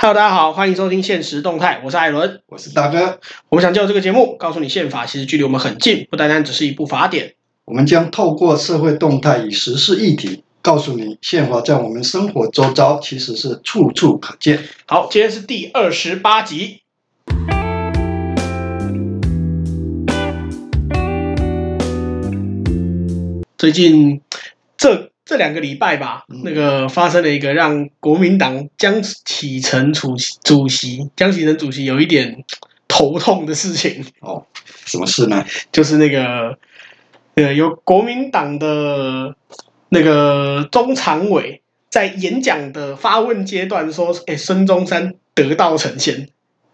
Hello，大家好，欢迎收听现实动态，我是艾伦， 我是大哥。 我们想借由这个节目，告诉你宪法其实距离我们很近，不单单只是一部法典。 我们将透过社会动态与时事议题，告诉你宪法在我们生活周遭其实是处处可见。 好，今天是第28集。最近这2个礼拜吧，那个发生了一个让国民党江启臣主席有一点头痛的事情。 哦，什么事呢？ 就是有国民党的那个中常委在演讲的发问阶段说，孙中山得道成仙。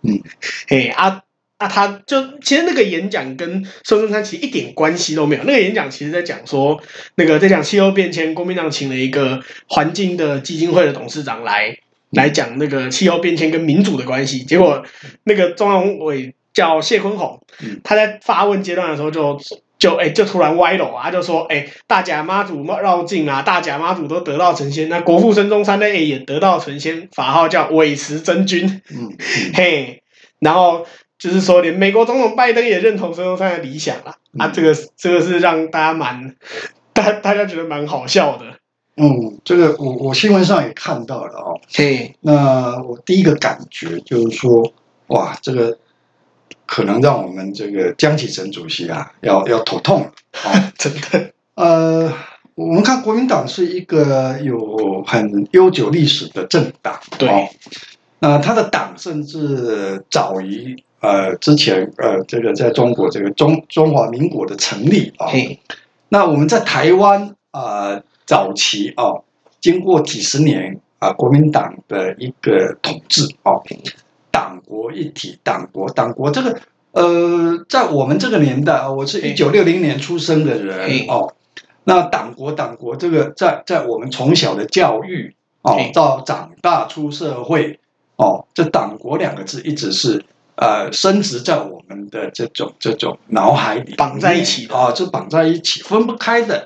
他就其实那个演讲跟孙中山其实一点关系都没有。那个演讲其实在讲说，在讲气候变迁，国民党请了一个环境的基金会的董事长来讲那个气候变迁跟民主的关系。结果那个中常委叫谢坤宏，他在发问阶段的时候就突然歪楼啊，他就说大甲妈祖绕境啊，大甲妈祖都得道成仙，那国父孙中山呢也得道成仙，法号叫韦慈真君。然后就是说，连美国总统拜登也认同孙中山的理想啦。这个是让大家觉得蛮好笑的。 这个我新闻上也看到了哦。那我第一个感觉就是说，哇，这个可能让我们这个江启臣主席要头痛了。 真的。 我们看国民党是一个有很悠久历史的政党。 对。 那他的党甚至早于之前这个在中国这个中华民国的成立啊。那我们在台湾早期经过几十年国民党的一个统治党国一体，党国这个在我们这个年代我是1960年出生的人那党国这个在我们从小的教育到长大出社会这党国2个字一直是深植在我们的这种脑海里， 绑在一起的就绑在一起，分不开的。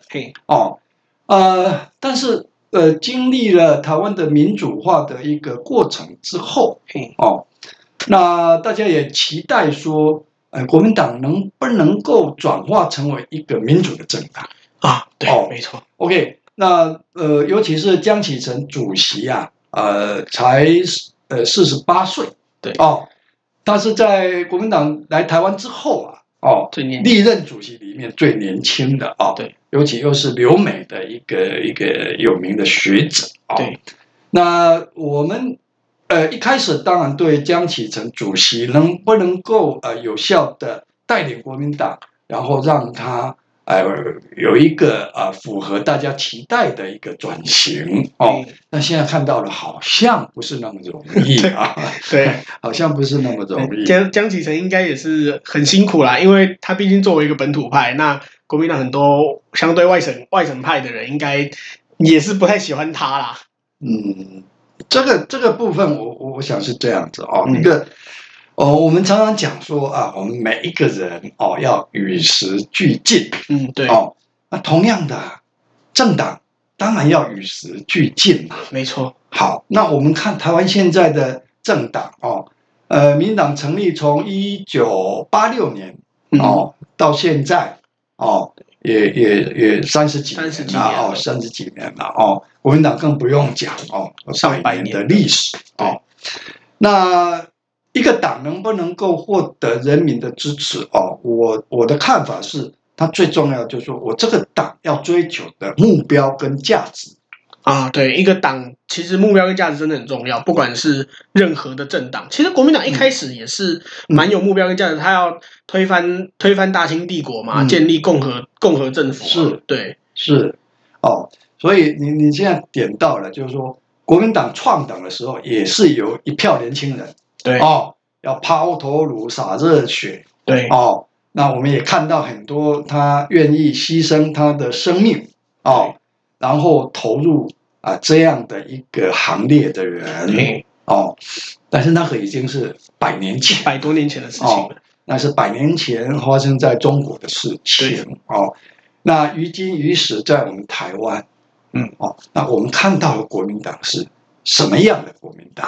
但是经历了台湾的民主化的一个过程之后那大家也期待说国民党能不能够转化成为一个民主的政党对，没错。 OK， 那尤其是江启臣主席才48岁， 对他是在国民党来台湾之后历任主席里面最年轻的对， 尤其又是留美的一个有名的学者对。 那我们一开始当然对江启臣主席能不能够有效的带领国民党，然后让他有一个符合大家期待的一个转型那现在看到了好像不是那么容易对， 好像不是那么容易。 江启臣应该也是很辛苦啦，因为他毕竟作为一个本土派，那国民党很多相对外省派的人应该也是不太喜欢他啦。 这个部分我想是这样子我们常常讲说我们每一个人要与时俱进。 对。 那同样的政党当然要与时俱进嘛。 没错。 好，那我们看台湾现在的政党民进党成立从1986年到现在也30几年了国民党更不用讲上百年的历史那一个党能不能够获得人民的支持我的看法是，它最重要就是说我这个党要追求的目标跟价值对，一个党其实目标跟价值真的很重要，不管是任何的政党。其实国民党一开始也是蛮有目标跟价值，他要推翻大清帝国嘛，建立共和政府是所以你现在点到了，就是说国民党创党的时候也是有一票年轻人要抛头颅洒热血那我们也看到很多他愿意牺牲他的生命然后投入这样的一个行列的人但是那个已经是 100多年前的事情了那是100年前发生在中国的事情那于今于始在我们台湾那我们看到的国民党是什么样的国民党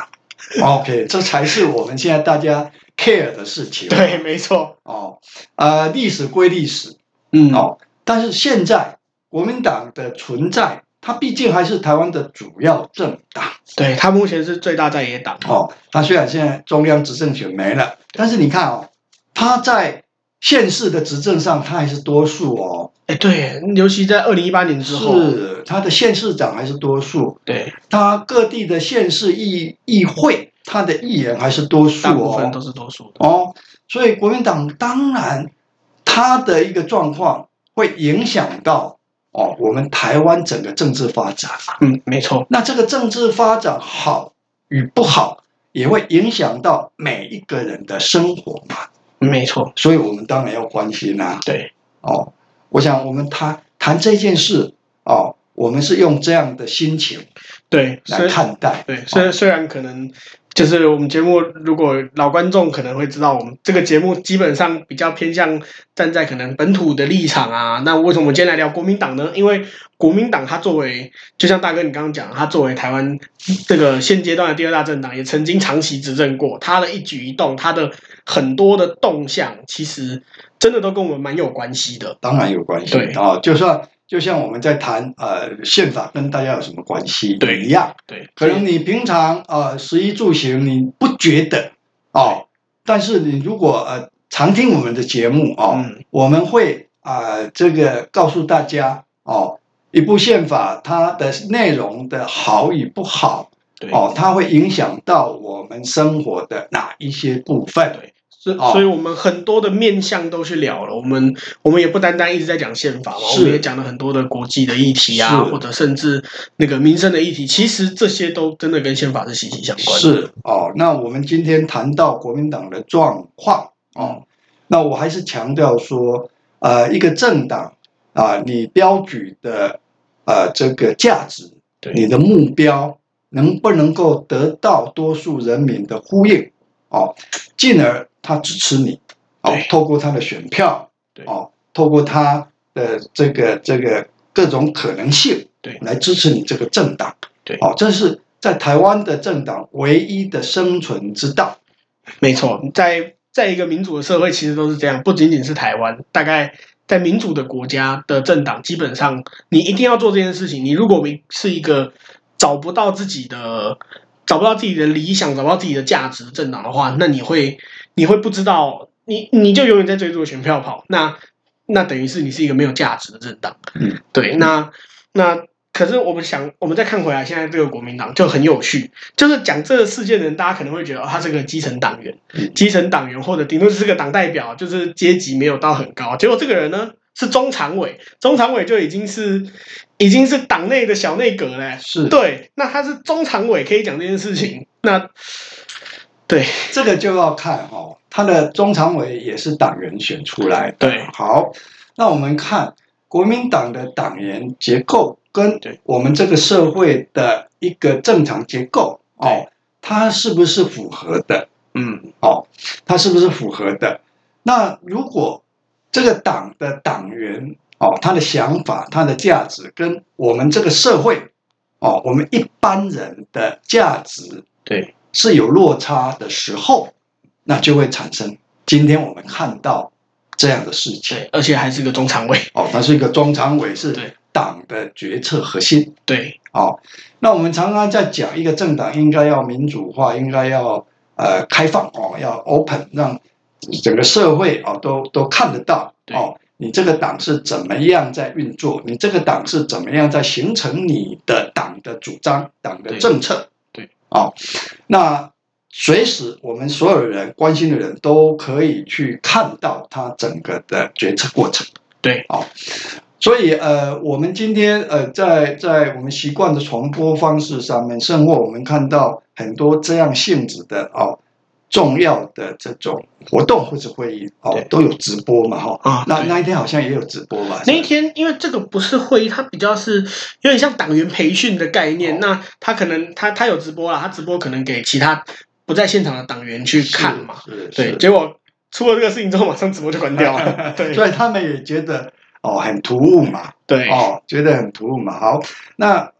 OK， 这才是我们现在大家 care 的事情。 对，没错。 历史归历史，但是现在国民党的存在，它毕竟还是台湾的主要政党。 对，它目前是最大在野党。 它虽然现在中央执政权没了，但是你看它在县市的执政上，它还是多数对，尤其在2018年之后， 是它的县市长还是多数。 对， 它各地的县市议会，它的议员还是多数大部分都是多数的所以国民党当然它的一个状况会影响到我们台湾整个政治发展。 没错。 那这个政治发展好与不好，也会影响到每一个人的生活嘛。 没错。 所以我们当然要关心啊。 对。 我想我们谈这件事我们是用这样的心情对来看待。 对，虽然可能就是我们节目，如果老观众可能会知道，我们这个节目基本上比较偏向站在可能本土的立场啊。那为什么我们今天来聊国民党呢？因为国民党它作为，就像大哥你刚刚讲，它作为台湾这个现阶段的第二大政党，也曾经长期执政过，它的一举一动，它的很多的动向，其实真的都跟我们蛮有关系的。 当然有关系。对就像我们在谈宪法跟大家有什么关系一样。 对， 可能你平常食衣住行你不觉得但是你如果常听我们的节目我们会这个告诉大家一部宪法它的内容的好与不好，它会影响到我们生活的哪一些部分。 所以我们很多的面向都去聊了，我们也不单单一直在讲宪法嘛，我们也讲了很多的国际的议题啊，或者甚至那个民生的议题，其实这些都真的跟宪法是息息相关的。 是那我们今天谈到国民党的状况那我还是强调说一个政党你标举的这个价值，你的目标能不能够得到多数人民的呼应进而他支持你透过他的选票透过他的这个各种可能性来支持你这个政党。这是在台湾的政党唯一的生存之道。 没错，在一个民主的社会，其实都是这样，不仅仅是台湾，大概在民主的国家的政党，基本上你一定要做这件事情。你如果是一个找不到自己的理想，找不到自己的价值的政党的话，那你会不知道，你就永远在追逐选票跑，那等于是你是一个没有价值的政党。对，那可是我们再看回来，现在这个国民党就很有趣，就是讲这个事件的人，大家可能会觉得他是个基层党员，或者顶多是个党代表，就是阶级没有到很高。结果这个人呢是中常委就已经是党内的小内阁嘞。 是， 对，那他是中常委可以讲这件事情，那对这个就要看他的中常委也是党员选出来的。 对， 好，那我们看国民党的党员结构跟我们这个社会的一个正常结构它是不是符合的？它是不是符合的？那如果这个党的党员他的想法、他的价值跟我们这个社会我们一般人的价值是有落差的时候，那就会产生今天我们看到这样的事情。 而且还是个中常委它是一个中常委，是党的决策核心。 对那我们常常在讲一个政党应该要民主化，应该要开放要 open， 让整个社会都看得到你这个党是怎么样在运作，你这个党是怎么样在形成你的党的主张、党的政策。那随时我们所有人关心的人都可以去看到它整个的决策过程。所以我们今天在我们习惯的传播方式上面，甚或我们看到很多这样性质的重要的这种活动或者会议都有直播嘛那一天好像也有直播吧？ 那一天因为这个不是会议，它比较是有点像党员培训的概念。那他可能他有直播啦，他直播可能给其他不在现场的党员去看嘛。对，结果出了这个事情之后，马上直播就关掉了。对， 所以他们也觉得很突兀嘛。 对， 觉得很突兀嘛。好，那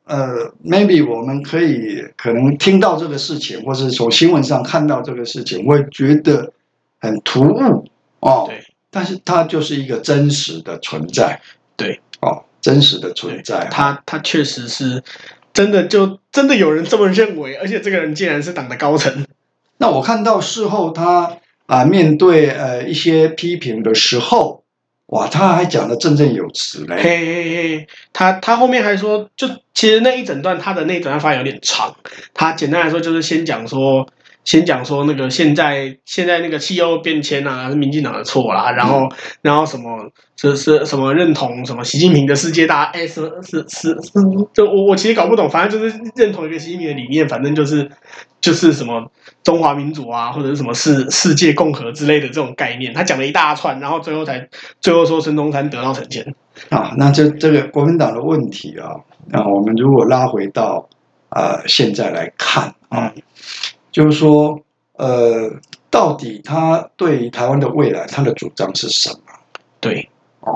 maybe 我们可能听到这个事情，或是从新闻上看到这个事情，会觉得很突兀哦。 对， 但是它就是一个真实的存在。 对， 哦，真实的存在。 他确实是真的有人这么认为，而且这个人竟然是党的高层。 那我看到事后他面对一些批评的时候，哇，他还讲得振振有词嘞。 嘿嘿嘿，他后面还说，就其实那一整段他的那一整段发言有点长，他简单来说就是先讲说那个现在那个气候变迁啊是民进党的错啦，然后什么是什么认同什么习近平的世界大是就我其实搞不懂，反正就是认同一个习近平的理念，反正就是什么中华民族啊，或者是什么世界共和之类的这种概念，他讲了一大串，然后最后说孙中山得道成仙啊。那这个国民党的问题啊，那我们如果拉回到现在来看啊，就是说到底他对于台湾的未来他的主张是什么？ 对，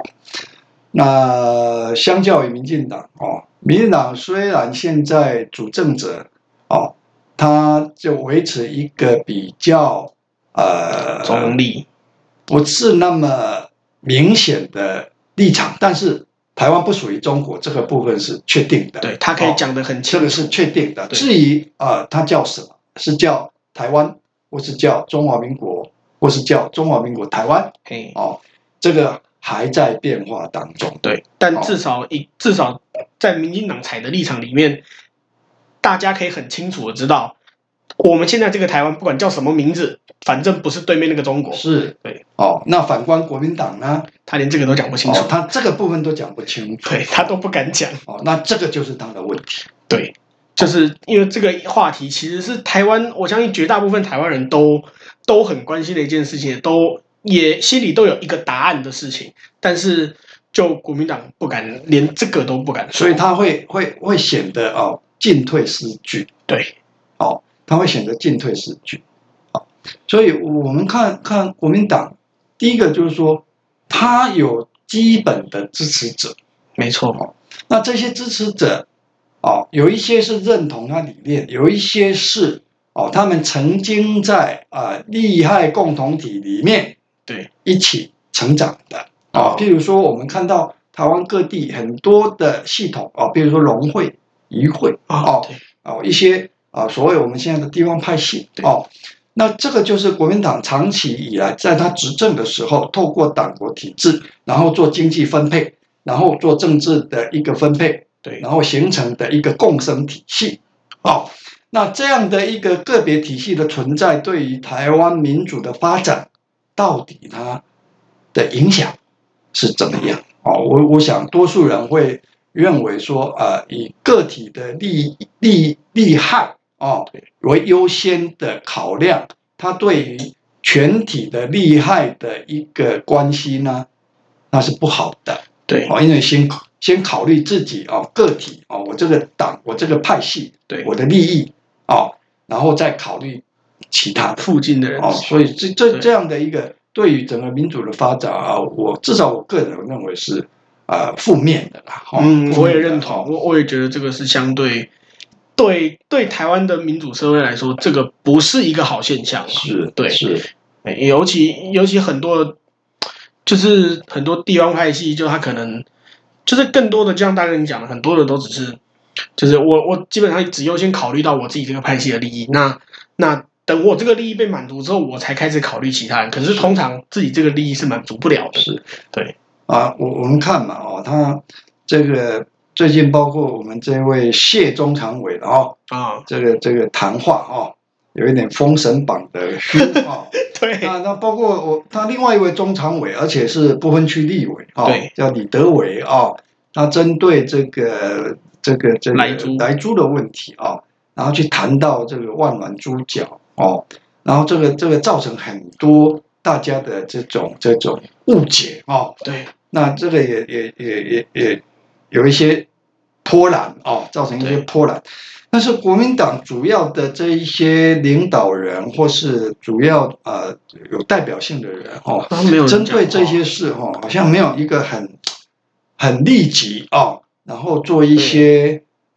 那相较于民进党民进党虽然现在主政者他就维持一个比较中立， 不是那么明显的立场，但是台湾不属于中国这个部分是确定的。 对，他可以讲得很清楚， 这个是确定的。至于它叫什么，是叫台湾，或是叫中华民国，或是叫中华民国台湾，这个还在变化当中。 对，但至少在民进党采的立场里面，大家可以很清楚的知道，我们现在这个台湾不管叫什么名字，反正不是对面那个中国。 是， 对， 那反观国民党呢， 他连这个都讲不清楚， 他这个部分都讲不清楚， 对他都不敢讲。 那这个就是他的问题。 对，就是因为这个话题其实是台湾，我相信绝大部分台湾人都很关心的一件事情，也心里都有一个答案的事情，但是就国民党不敢，连这个都不敢说， 所以他会显得进退失据。 对， 他会显得进退失据。所以我们看国民党，第一个就是说，他有基本的支持者， 没错。 那这些支持者，有一些是认同他理念，有一些是他们曾经在利害共同体里面对一起成长的譬如说我们看到台湾各地很多的系统比如说农会、渔会一些所谓我们现在的地方派系那这个就是国民党长期以来在他执政的时候，透过党国体制，然后做经济分配，然后做政治的一个分配， 对， 然后形成的一个共生体系。那这样的一个个别体系的存在，对于台湾民主的发展，到底它的影响是怎么样？我想多数人会认为说，以个体的利害为优先的考量，它对于全体的利害的一个关系呢，那是不好的。 对， 因为先考虑自己个体我这个党，我这个派系， 对我的利益然后再考虑其他附近的人所以这样的一个对于整个民主的发展至少我个人认为是负面的啦。 我也认同，我也觉得这个是相对对台湾的民主社会来说，这个不是一个好现象。 是， 对， 是， 尤其很多就是很多地方派系，就他可能就是更多的，就像大哥你讲的，很多的都只是就是我基本上只优先考虑到我自己这个派系的利益，那等我这个利益被满足之后，我才开始考虑其他人。可是通常自己这个利益是满足不了的。 是， 对我们看嘛他这个最近包括我们这位谢中常委这个谈话有一点封神榜的对那包括他另外一位中常委，而且是不分区立委叫李德维他针对这个莱猪的问题然后去谈到这个万峦猪脚然后这个造成很多大家的这种误解对， 那这个也有一些波澜造成一些波澜。但是国民党主要的这一些领导人或是主要有代表性的人针对这些事好像没有一个很立即然后做一些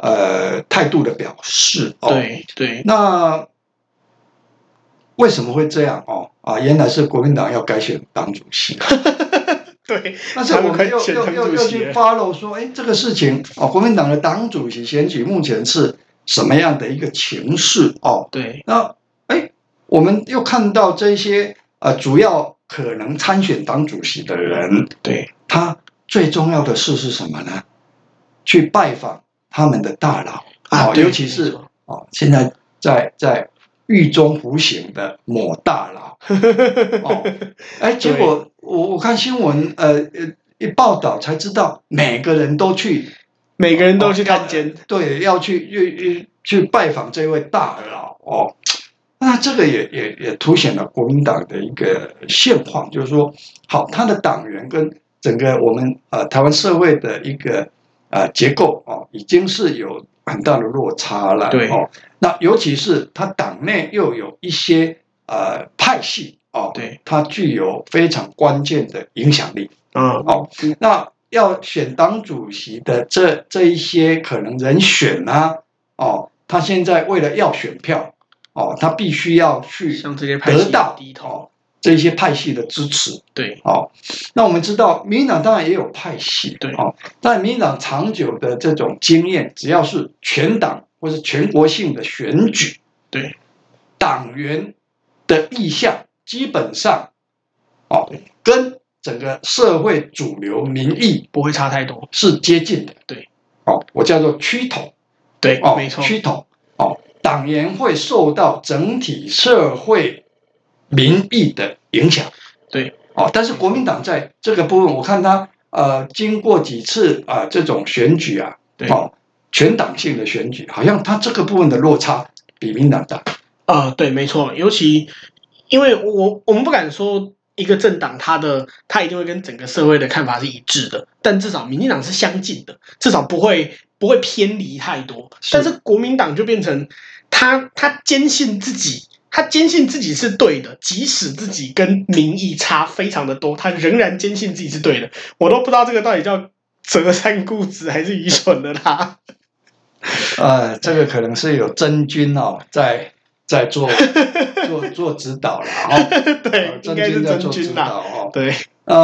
态度的表示。 对对。 那为什么会这样？原来是国民党要改选党主席。 对， 但是我们又去 follow 说，这个事情国民党的党主席选举目前是什么样的一个情势？ 对。 那我们又看到这些主要可能参选党主席的人， 对， 他最重要的事是什么呢？去拜访他们的大佬尤其是现在在狱中服刑的某大佬结果我看新闻一报道才知道，每个人都去探监， 对，要去拜访这位大佬那这个也凸显了国民党的一个现况，就是说，好，他的党员跟整个我们台湾社会的一个结构已经是有很大的落差了。 对那尤其是他党内又有一些派系对， 它具有非常关键的影响力。那要选党主席的这一些可能人选啊，他现在为了要选票他必须要去得到这些派系的支持。 对， 那我们知道民进党当然也有派系， 对但民进党长久的这种经验，只要是全党或是全国性的选举， 对， 党员的意向基本上跟整个社会主流民意不会差太多， 是接近的。 对， 我叫做趋同。 对，没错， 趋同。党员会受到整体社会民意的影响。 对， 但是国民党在这个部分，我看他经过几次这种选举全党性的选举，好像他这个部分的落差比民党大。 对，没错，尤其因为我们不敢说一个政党他一定会跟整个社会的看法是一致的，但至少民进党是相近的，至少不会偏离太多。但是国民党就变成他坚信自己是对的，即使自己跟民意差非常的多，他仍然坚信自己是对的。我都不知道这个到底叫择善固执还是愚蠢的啦。 这个可能是有真君在做指导了对，应该是真君啦。对，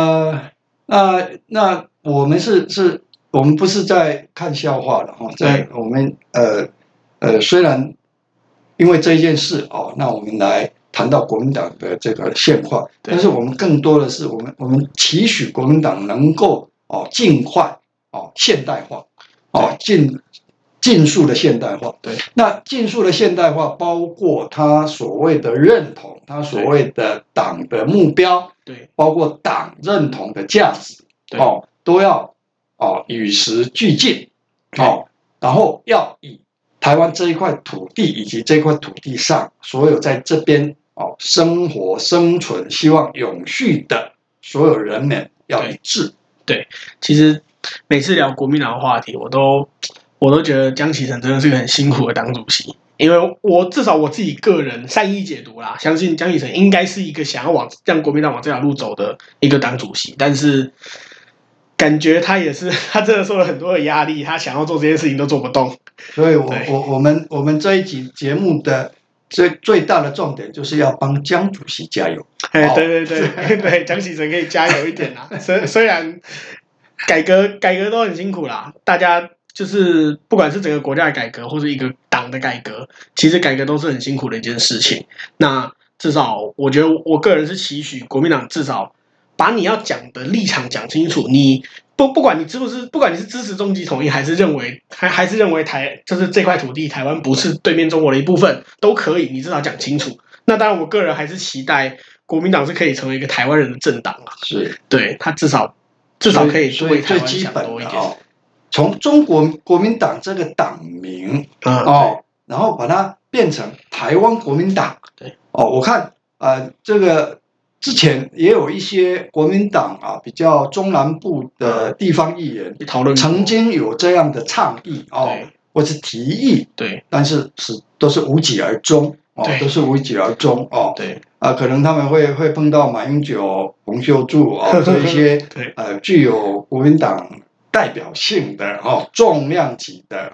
那我们我们不是在看笑话了在我们虽然因为这一件事那我们来谈到国民党的这个现况，但是我们更多的是我们期许国民党能够尽快现代化尽速的现代化。 对， 那尽速的现代化包括他所谓的认同，他所谓的党的目标， 对， 包括党认同的价值，都要与时俱进，然后要以台湾这一块土地以及这块土地上所有在这边生活生存希望永续的所有人们要一致。 对，其实每次聊国民党的话题，我都觉得江启臣真的是个很辛苦的党主席，因为至少我自己个人善意解读啦，相信江启臣应该是一个想要让国民党往这条路走的一个党主席，但是感觉他真的受了很多的压力，他想要做这件事情都做不动。 所以我们这一集节目的最大的重点就是要帮江主席加油。 对，江启臣可以加油一点啦。虽然改革都很辛苦啦，大家就是不管是整个国家的改革或是一个党的改革，其实改革都是很辛苦的一件事情。那至少我觉得我个人是期许国民党至少把你要讲的立场讲清楚，你不管你是支持中极统一，还是认为就是这块土地台湾不是对面中国的一部分，都可以，你至少讲清楚。那当然，我个人还是期待国民党是可以成为一个台湾人的政党啊。 是， 对，他至少可以为台湾想多一点。 从中国民党这个党名然后把它变成台湾国民党。 对， 我看这个。之前也有一些国民党比较中南部的地方议员讨论， 曾经有这样的倡议或是提议， 对， 但是都是无疾而终都是无疾而终对可能他们会碰到马英九、洪秀柱这一些具有国民党代表性的重量级的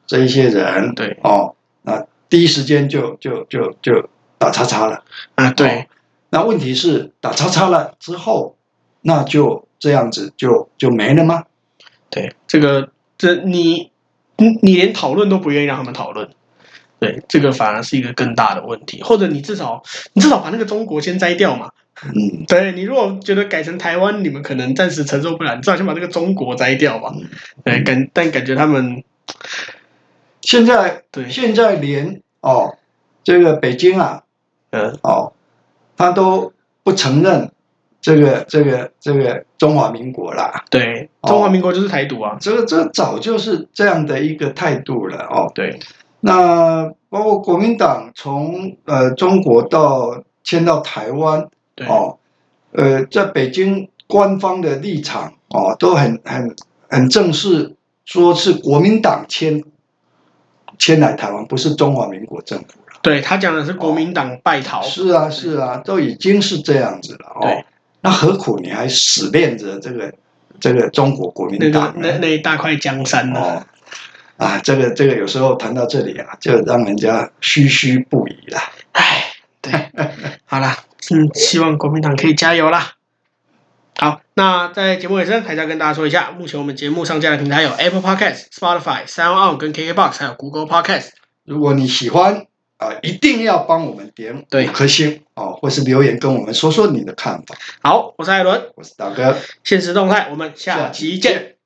这一些人， 对那第一时间就打叉叉了啊，对。 那问题是打叉叉了之后，那就这样子就没了吗？ 对，你连讨论都不愿意让他们讨论，对，这个反而是一个更大的问题。或者你至少把那个中国先摘掉嘛。对，你如果觉得改成台湾，你们可能暂时承受不了，你至少先把这个中国摘掉吧。对，但感觉他们现在连这个北京啊，他都不承认这个中华民国啦。 对，中华民国就是台独啊。 这早就是这样的一个态度了对， 那包括国民党从中国迁到台湾，在北京官方的立场都很正式，说是国民党迁来台湾，不是中华民国政府了。 对，他讲的是国民党败逃。 是啊，都已经是这样子了对， 那何苦你还死恋着这个中国国民党那一大块江山呢？ 这个有时候谈到这里啊，就让人家唏不已了。 对，好啦，希望国民党可以加油啦。好，那在节目尾声还是要跟大家说一下，目前我们节目上架的平台有 Apple Podcast、Spotify、SoundOn 跟 KKBox， 还有 Google Podcast。 如果你喜欢一定要帮我们点5颗星或是留言跟我们说说你的看法。 好，我是艾伦， 我是大哥， 现实动态，我们下期见。